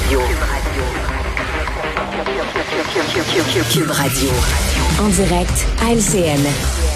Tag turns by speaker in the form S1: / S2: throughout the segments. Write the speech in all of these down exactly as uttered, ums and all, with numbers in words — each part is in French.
S1: Radio. Cube Radio. En direct à L C N.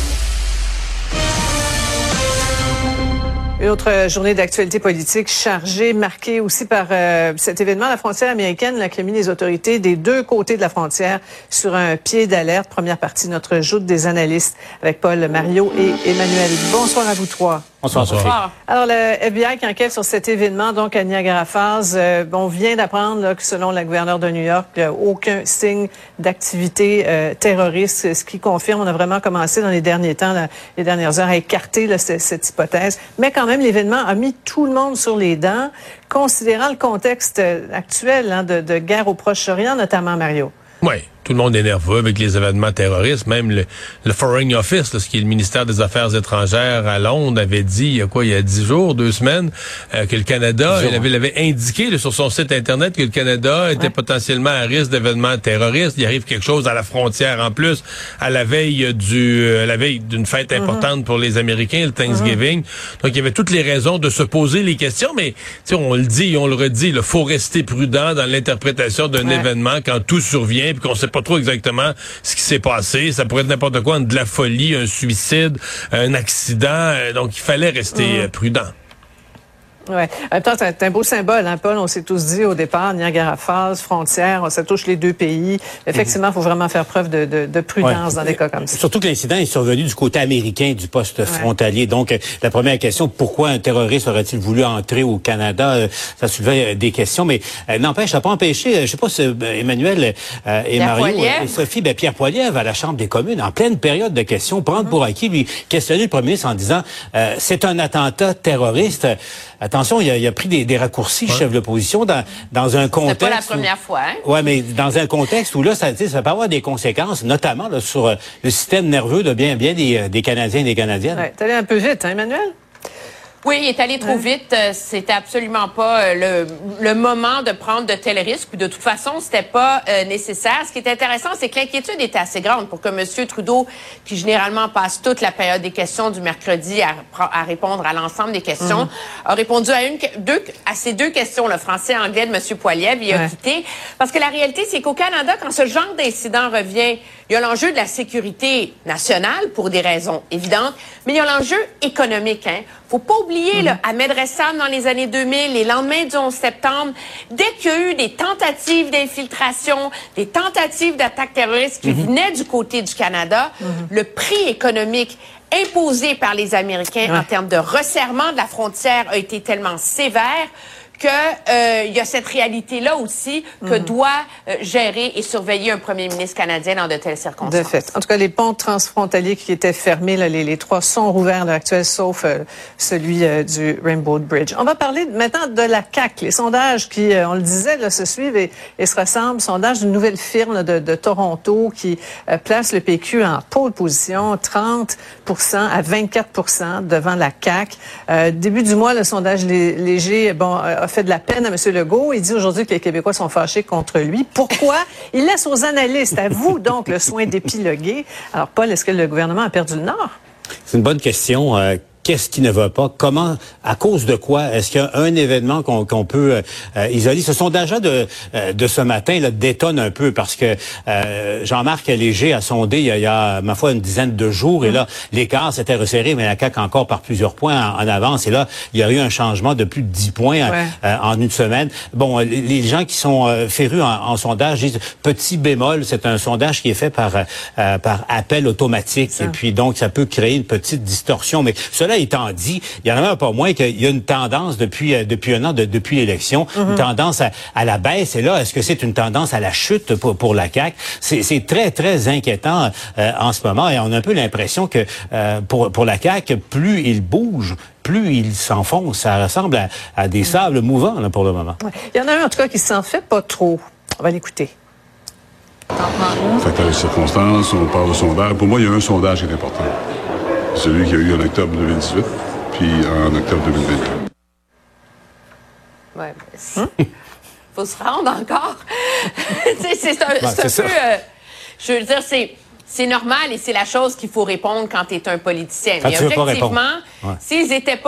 S2: Une autre journée d'actualité politique chargée, marquée aussi par euh, cet événement, la frontière américaine, là, qui a mis les autorités des deux côtés de la frontière sur un pied d'alerte. Première partie, notre joute des analystes avec Paul, Mario et Emmanuel. Bonsoir à vous trois.
S3: Bonsoir. Bonsoir.
S2: Alors, le F B I qui enquête sur cet événement, donc à Niagara Falls, euh, on vient d'apprendre là, que selon la gouverneure de New York, il n'y a aucun signe d'activité euh, terroriste, ce qui confirme, on a vraiment commencé dans les derniers temps, là, les dernières heures, à écarter là, cette, cette hypothèse. Mais quand même, l'événement a mis tout le monde sur les dents, considérant le contexte actuel hein, de, de guerre au Proche-Orient, notamment, Mario.
S3: Oui. Tout le monde est nerveux avec les événements terroristes. Même le, le Foreign Office, là, ce qui est le ministère des Affaires étrangères à Londres, avait dit, il y a quoi, il y a dix jours, deux semaines, euh, que le Canada, il avait, il avait indiqué là, sur son site Internet que le Canada était ouais. potentiellement à risque d'événements terroristes. Il arrive quelque chose à la frontière en plus, à la veille du, à la veille d'une fête importante mm-hmm. pour les Américains, le Thanksgiving. Mm-hmm. Donc, il y avait toutes les raisons de se poser les questions, mais on le dit et on le redit, il faut rester prudent dans l'interprétation d'un ouais. événement quand tout survient puis qu'on sait pas trop exactement ce qui s'est passé. Ça pourrait être n'importe quoi, de la folie, un suicide, un accident. Donc, il fallait rester mmh. prudent.
S2: Oui. En même temps, c'est un beau symbole, hein, Paul. On s'est tous dit au départ, Niagara Falls, frontière, ça touche les deux pays. Effectivement, il faut vraiment faire preuve de, de, de prudence ouais. dans des cas comme ça.
S4: Surtout que l'incident est survenu du côté américain du poste ouais. frontalier. Donc, la première question, pourquoi un terroriste aurait-il voulu entrer au Canada? Ça soulevait des questions, mais euh, n'empêche, ça n'a pas empêché, je sais pas si euh, Emmanuel euh, et
S5: Pierre
S4: Mario
S5: Poilievre.
S4: et Sophie, ben, Pierre Poilievre à la Chambre des communes, en pleine période de questions, prendre mm-hmm. pour acquis, lui, questionner le premier ministre en disant euh, c'est un attentat terroriste. Attention, il a, il a pris des, des raccourcis, ouais. chef de l'opposition, dans, dans un contexte...
S5: C'est pas la première où, fois, hein?
S4: Oui, mais dans un contexte où là, ça, ça peut avoir des conséquences, notamment là, sur euh, le système nerveux de bien, bien des, des Canadiens et des Canadiennes.
S2: Oui, t'es allé un peu vite, hein, Emmanuel?
S5: Oui, il est allé trop vite. C'était absolument pas le, le moment de prendre de tels risques. Puis de toute façon, c'était pas euh, nécessaire. Ce qui est intéressant, c'est que l'inquiétude était assez grande pour que M. Trudeau, qui généralement passe toute la période des questions du mercredi à, à répondre à l'ensemble des questions, mm-hmm. a répondu à une, deux, à ces deux questions, le français et anglais de M. Poilievre. Il a ouais. quitté. Parce que la réalité, c'est qu'au Canada, quand ce genre d'incident revient, il y a l'enjeu de la sécurité nationale pour des raisons évidentes, mais il y a l'enjeu économique. Hein. Faut pas oublier, mm-hmm. là, à Medressam, dans les années deux mille, les lendemains du onze septembre, dès qu'il y a eu des tentatives d'infiltration, des tentatives d'attaques terroristes qui mm-hmm. venaient du côté du Canada, mm-hmm. le prix économique imposé par les Américains ouais. en termes de resserrement de la frontière a été tellement sévère que euh, il y a cette réalité-là aussi que mmh. doit euh, gérer et surveiller un premier ministre canadien dans de telles circonstances.
S2: De fait. En tout cas, les ponts transfrontaliers qui étaient fermés, là, les, les trois sont rouverts à l'heure actuelle, sauf euh, celui euh, du Rainbow Bridge. On va parler maintenant de la C A Q. Les sondages qui, euh, on le disait, là, se suivent et, et se ressemblent. Sondage d'une nouvelle firme là, de, de Toronto qui euh, place le P Q en pole position, trente pour cent à vingt-quatre pour cent devant la C A Q. Euh, début du mois, le sondage lé- léger, bon, a fait de la peine à M. Legault. Il dit aujourd'hui que les Québécois sont fâchés contre lui. Pourquoi? Il laisse aux analystes, à vous donc, le soin d'épiloguer. Alors, Paul, est-ce que le gouvernement a perdu le Nord?
S4: C'est une bonne question. Euh... Qu'est-ce qui ne va pas? Comment? À cause de quoi? Est-ce qu'il y a un événement qu'on, qu'on peut euh, isoler? Ce sondage de, euh, de ce matin là, détonne un peu parce que euh, Jean-Marc Léger a sondé il y a, il y a, ma foi, une dizaine de jours. Mmh. Et là, l'écart s'était resserré, mais la C A Q encore par plusieurs points en, en avance. Et là, il y a eu un changement de plus de dix points ouais. euh, en une semaine. Bon, les, les gens qui sont euh, férus en, en sondage disent petit bémol. C'est un sondage qui est fait par, euh, par appel automatique. Et puis, donc, ça peut créer une petite distorsion. Mais cela étant dit, il y en a pas moins qu'il y a une tendance depuis euh, depuis un an, de, depuis l'élection, mm-hmm. une tendance à, à la baisse. Et là, est-ce que c'est une tendance à la chute pour, pour la C A Q? C'est, c'est très, très inquiétant euh, en ce moment. Et on a un peu l'impression que euh, pour, pour la C A Q, plus il bouge, plus il s'enfonce. Ça ressemble à, à des sables mouvants là, pour le moment.
S2: Ouais. Il y en a un, en tout cas, qui s'en fait pas trop. On va l'écouter.
S6: Facteur de circonstances, on parle de sondage. Pour moi, il y a un sondage qui est important. Celui qu'il y a eu en octobre deux mille dix-huit, puis en octobre deux mille vingt-deux.
S5: Oui, il faut se rendre encore. c'est, c'est un, ben, c'est c'est un peu... Euh, je veux dire, c'est... C'est normal et c'est la chose qu'il faut répondre quand tu es un politicien.
S4: Quand
S5: mais
S4: tu
S5: objectivement,
S4: ouais.
S5: s'ils n'étaient pas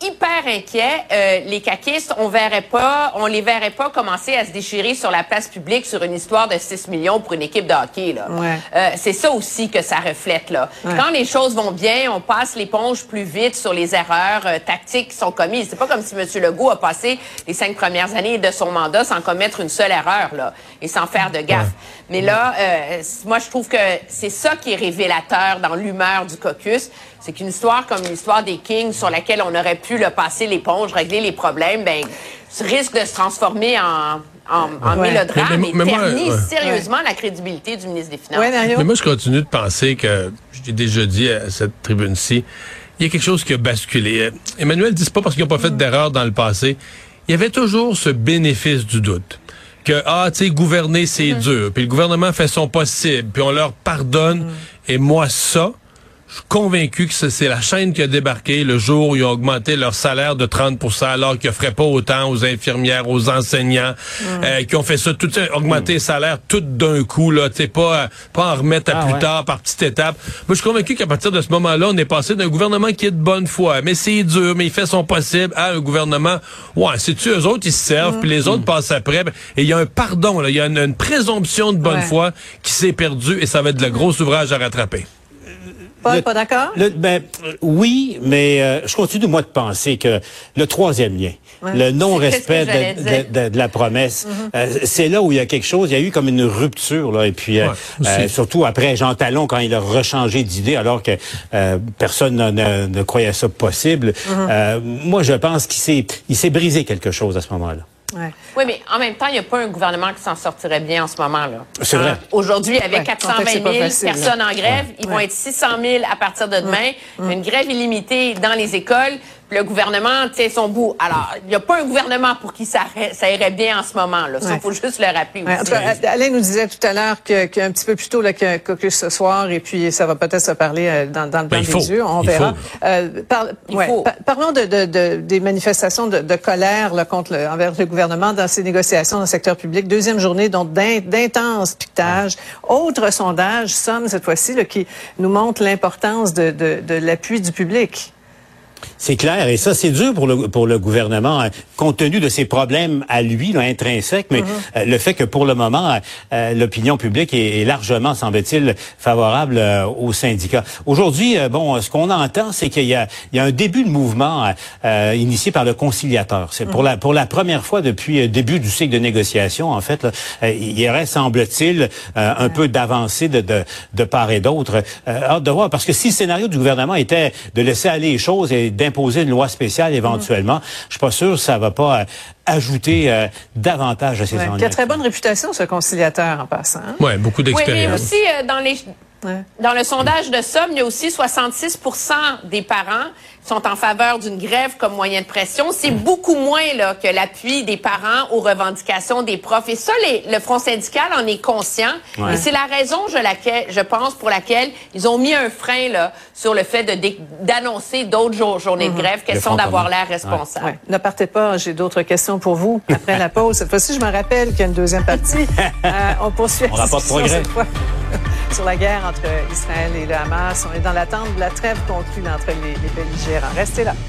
S5: hyper inquiets. Euh, les caquistes, on verrait pas, on les verrait pas commencer à se déchirer sur la place publique sur une histoire de six millions pour une équipe de hockey, là.
S2: Ouais.
S5: Euh, c'est ça aussi que ça reflète, là. Ouais. Quand les choses vont bien, on passe l'éponge plus vite sur les erreurs euh, tactiques qui sont commises. C'est pas comme si M. Legault a passé les cinq premières années de son mandat sans commettre une seule erreur, là, et sans faire de gaffe. Ouais. Mais là, euh, moi, je trouve que c'est ça qui est révélateur dans l'humeur du caucus. C'est qu'une histoire comme l'histoire des Kings, sur laquelle on aurait pu le passer l'éponge, régler les problèmes, ben, risque de se transformer en, en, en ouais. mélodrame mais, mais, mais et ternit ouais. sérieusement ouais. la crédibilité du ministre des Finances. Ouais,
S3: mais moi, je continue de penser que, je l'ai déjà dit à cette tribune-ci, il y a quelque chose qui a basculé. Emmanuel dit pas parce qu'ils n'ont pas fait d'erreur dans le passé. Il y avait toujours ce bénéfice du doute. Que, ah, tu sais, gouverner, c'est mm-hmm. dur. Puis le gouvernement fait son possible. Puis on leur pardonne. Mm. Et moi, ça... Je suis convaincu que c'est la chaîne qui a débarqué le jour où ils ont augmenté leur salaire de trente pour cent alors qu'ils offraient pas autant aux infirmières, aux enseignants, mmh. euh, qui ont fait ça, tout augmenter mmh. les salaires tout d'un coup, là, tu sais, pas, pas en remettre à ah, plus ouais. tard par petites étapes. Moi, je suis convaincu qu'à partir de ce moment-là, on est passé d'un gouvernement qui est de bonne foi, mais c'est dur, mais il fait son possible, à un gouvernement, ouais, c'est-tu eux autres, ils se servent, mmh. puis les autres mmh. passent après. Et il y a un pardon, là, il y a une, une présomption de bonne ouais. foi qui s'est perdue et ça va être le gros ouvrage à rattraper.
S2: Paul, le, pas d'accord?
S4: Le, ben, oui, mais euh, je continue, moi, de penser que le troisième lien, ouais. le non-respect de, de, de, de la promesse, mm-hmm. euh, c'est là où il y a quelque chose, il y a eu comme une rupture, là, et puis euh, ouais, euh, surtout après Jean Talon, quand il a rechangé d'idée, alors que euh, personne ne, ne, ne croyait ça possible. Mm-hmm. euh, moi, je pense qu'il s'est, il s'est brisé quelque chose à ce moment-là.
S5: Ouais. Oui, mais en même temps, il n'y a pas un gouvernement qui s'en sortirait bien en ce moment, là.
S4: C'est vrai. Hein?
S5: Aujourd'hui, avec ouais, quatre cent vingt mille facile, personnes là. en grève, ouais. ils vont ouais. être six cent mille à partir de demain. Ouais. Une grève illimitée dans les écoles. Le gouvernement tient son bout. Alors, il n'y a pas un gouvernement pour qui ça, ça irait bien en ce moment, là. Ça, il ouais. faut juste le rappeler
S2: ouais,
S5: aussi.
S2: Cas, Alain nous disait tout à l'heure que, qu'un petit peu plus tôt, là, qu'il y a un caucus ce soir, et puis ça va peut-être se parler dans, dans le blanc ben, des yeux. On
S3: il
S2: verra.
S3: Euh,
S2: par, ouais, par, parlons de, de, de, des manifestations de, de colère là, contre le, envers le gouvernement dans ces négociations dans le secteur public. Deuxième journée, donc d'intenses piquetages. Autre sondage, Somme, cette fois-ci, là, qui nous montre l'importance de, de, de l'appui du public.
S4: C'est clair, et ça, c'est dur pour le pour le gouvernement, hein, compte tenu de ses problèmes à lui, là, intrinsèques, mais mm-hmm. euh, le fait que pour le moment, euh, l'opinion publique est, est largement, semble-t-il, favorable euh, aux syndicats. Aujourd'hui, euh, bon, ce qu'on entend, c'est qu'il y a, il y a un début de mouvement euh, initié par le conciliateur. C'est mm-hmm. pour la pour la première fois depuis le début du cycle de négociation, en fait, là, euh, il y aurait, semble-t-il, euh, un mm-hmm. peu d'avancée de, de de part et d'autre. Euh, hâte de voir, parce que si le scénario du gouvernement était de laisser aller les choses et d'imposer une loi spéciale éventuellement, mmh. je suis pas sûr que ça va pas euh, ajouter euh, davantage à ces
S2: ouais,
S4: ennuis.
S2: Il a très bonne réputation, ce conciliateur, en passant. Hein?
S3: Oui, beaucoup d'expérience.
S5: Oui, mais aussi, euh, dans les... Ouais. Dans le sondage de Somme, il y a aussi soixante-six pour cent des parents qui sont en faveur d'une grève comme moyen de pression. C'est beaucoup moins là que l'appui des parents aux revendications des profs. Et ça, les, le Front syndical en est conscient. Ouais. Et c'est la raison, je, laquelle, je pense, pour laquelle ils ont mis un frein là sur le fait de dé, d'annoncer d'autres jour, journées mm-hmm. de grève, question d'avoir l'air responsable. Ouais. Ouais.
S2: Ne partez pas, j'ai d'autres questions pour vous après la pause. Cette fois-ci, je me rappelle qu'il y a une deuxième partie. euh, on poursuit
S4: on rapporte progrès.
S2: Cette fois sur la guerre entre Israël et le Hamas. On est dans l'attente de la trêve conclue entre les, les belligérants. Restez là.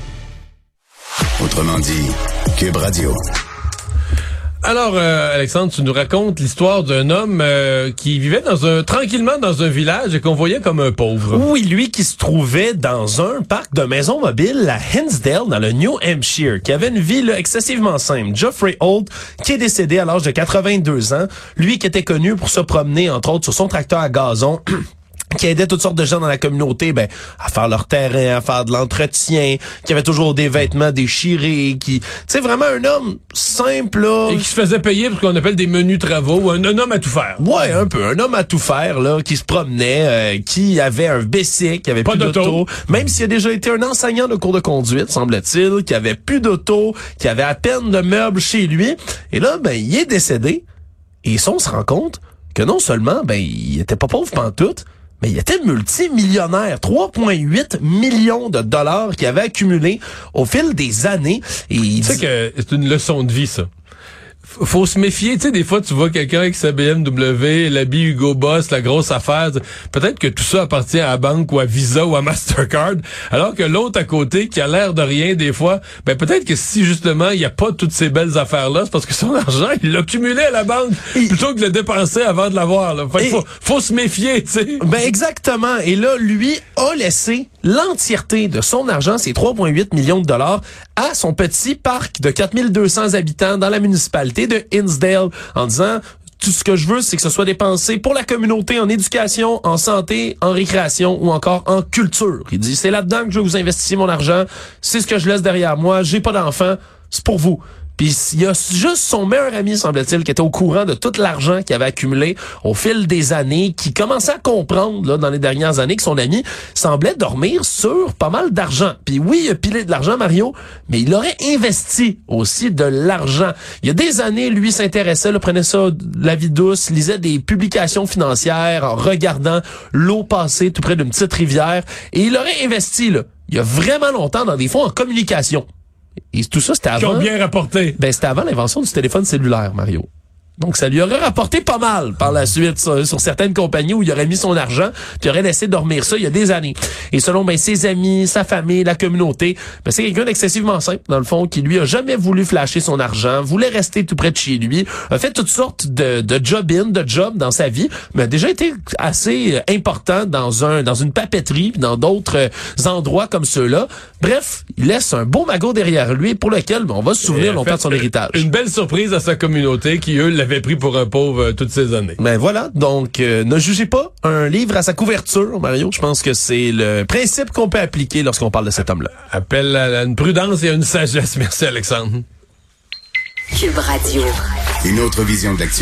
S7: Autrement dit, Cube Radio.
S3: Alors, euh, Alexandre, tu nous racontes l'histoire d'un homme euh, qui vivait dans un tranquillement dans un village et qu'on voyait comme un pauvre.
S8: Oui, lui qui se trouvait dans un parc de maisons mobiles à Hinsdale, dans le New Hampshire, qui avait une vie là, excessivement simple. Geoffrey Holt, qui est décédé à l'âge de quatre-vingt-deux ans, lui qui était connu pour se promener, entre autres, sur son tracteur à gazon, qui aidait toutes sortes de gens dans la communauté ben à faire leur terrain, à faire de l'entretien, qui avait toujours des vêtements déchirés, qui tu sais vraiment un homme simple là,
S3: et qui se faisait payer pour ce qu'on appelle des menus travaux, un, un homme à tout faire.
S8: Ouais, un peu un homme à tout faire là, qui se promenait, euh, qui avait un bicycle, qui avait pas plus d'auto, d'auto, même s'il a déjà été un enseignant de cours de conduite, semble-t-il, qui avait plus d'auto, qui avait à peine de meubles chez lui, et là ben il est décédé, et ça on se rend compte que non seulement ben il était pas pauvre pantoute, mais il était multimillionnaire, trois virgule huit millions de dollars qu'il avait accumulé au fil des années. Et
S3: tu sais que c'est une leçon de vie, ça. Faut se méfier, tu sais, des fois, tu vois quelqu'un avec sa B M W, l'habit Hugo Boss, la grosse affaire. Peut-être que tout ça appartient à la banque ou à Visa ou à Mastercard, alors que l'autre à côté, qui a l'air de rien des fois, ben peut-être que si justement il n'y a pas toutes ces belles affaires-là, c'est parce que son argent, il l'a cumulé à la banque et... plutôt que de le dépenser avant de l'avoir. Là. Fait et... faut, faut se méfier, tu sais.
S8: Ben exactement. Et là, lui a laissé l'entièreté de son argent, ses trois virgule huit millions de dollars, à son petit parc de quatre mille deux cents habitants dans la municipalité de Hinsdale, en disant tout ce que je veux, c'est que ce soit dépensé pour la communauté en éducation, en santé, en récréation ou encore en culture. Il dit, c'est là-dedans que je vais vous investir mon argent, c'est ce que je laisse derrière moi, j'ai pas d'enfants, c'est pour vous. Puis il y a juste son meilleur ami, semble-t-il, qui était au courant de tout l'argent qu'il avait accumulé au fil des années, qui commençait à comprendre là dans les dernières années que son ami semblait dormir sur pas mal d'argent. Puis oui, il a pilé de l'argent, Mario, mais il aurait investi aussi de l'argent. Il y a des années, lui s'intéressait, là, prenait ça de la vie douce, lisait des publications financières en regardant l'eau passer tout près d'une petite rivière, et il aurait investi là, il y a vraiment longtemps dans des fonds en communication. Et tout ça, c'était avant...
S3: Qui ont bien rapporté.
S8: Ben, c'était avant l'invention du téléphone cellulaire, Mario. Donc, ça lui aurait rapporté pas mal par la suite sur, sur certaines compagnies où il aurait mis son argent, puis il aurait laissé dormir ça il y a des années. Et selon ben, ses amis, sa famille, la communauté, ben, c'est quelqu'un d'excessivement simple, dans le fond, qui lui a jamais voulu flasher son argent, voulait rester tout près de chez lui, a fait toutes sortes de, de job-in, de jobs dans sa vie, mais a déjà été assez important dans un dans une papeterie, puis dans d'autres euh, endroits comme ceux-là. Bref, il laisse un beau magot derrière lui pour lequel ben, on va se souvenir longtemps de son héritage.
S3: Une belle surprise à sa communauté qui, eux, l'avait pris pour un pauvre euh, toutes ces années.
S8: Ben voilà, donc euh, ne jugez pas un livre à sa couverture, Mario. Je pense que c'est le principe qu'on peut appliquer lorsqu'on parle de cet homme-là.
S3: Appel à une prudence et à une sagesse. Merci, Alexandre.
S1: Cube Radio.
S7: Une autre vision de l'actualité.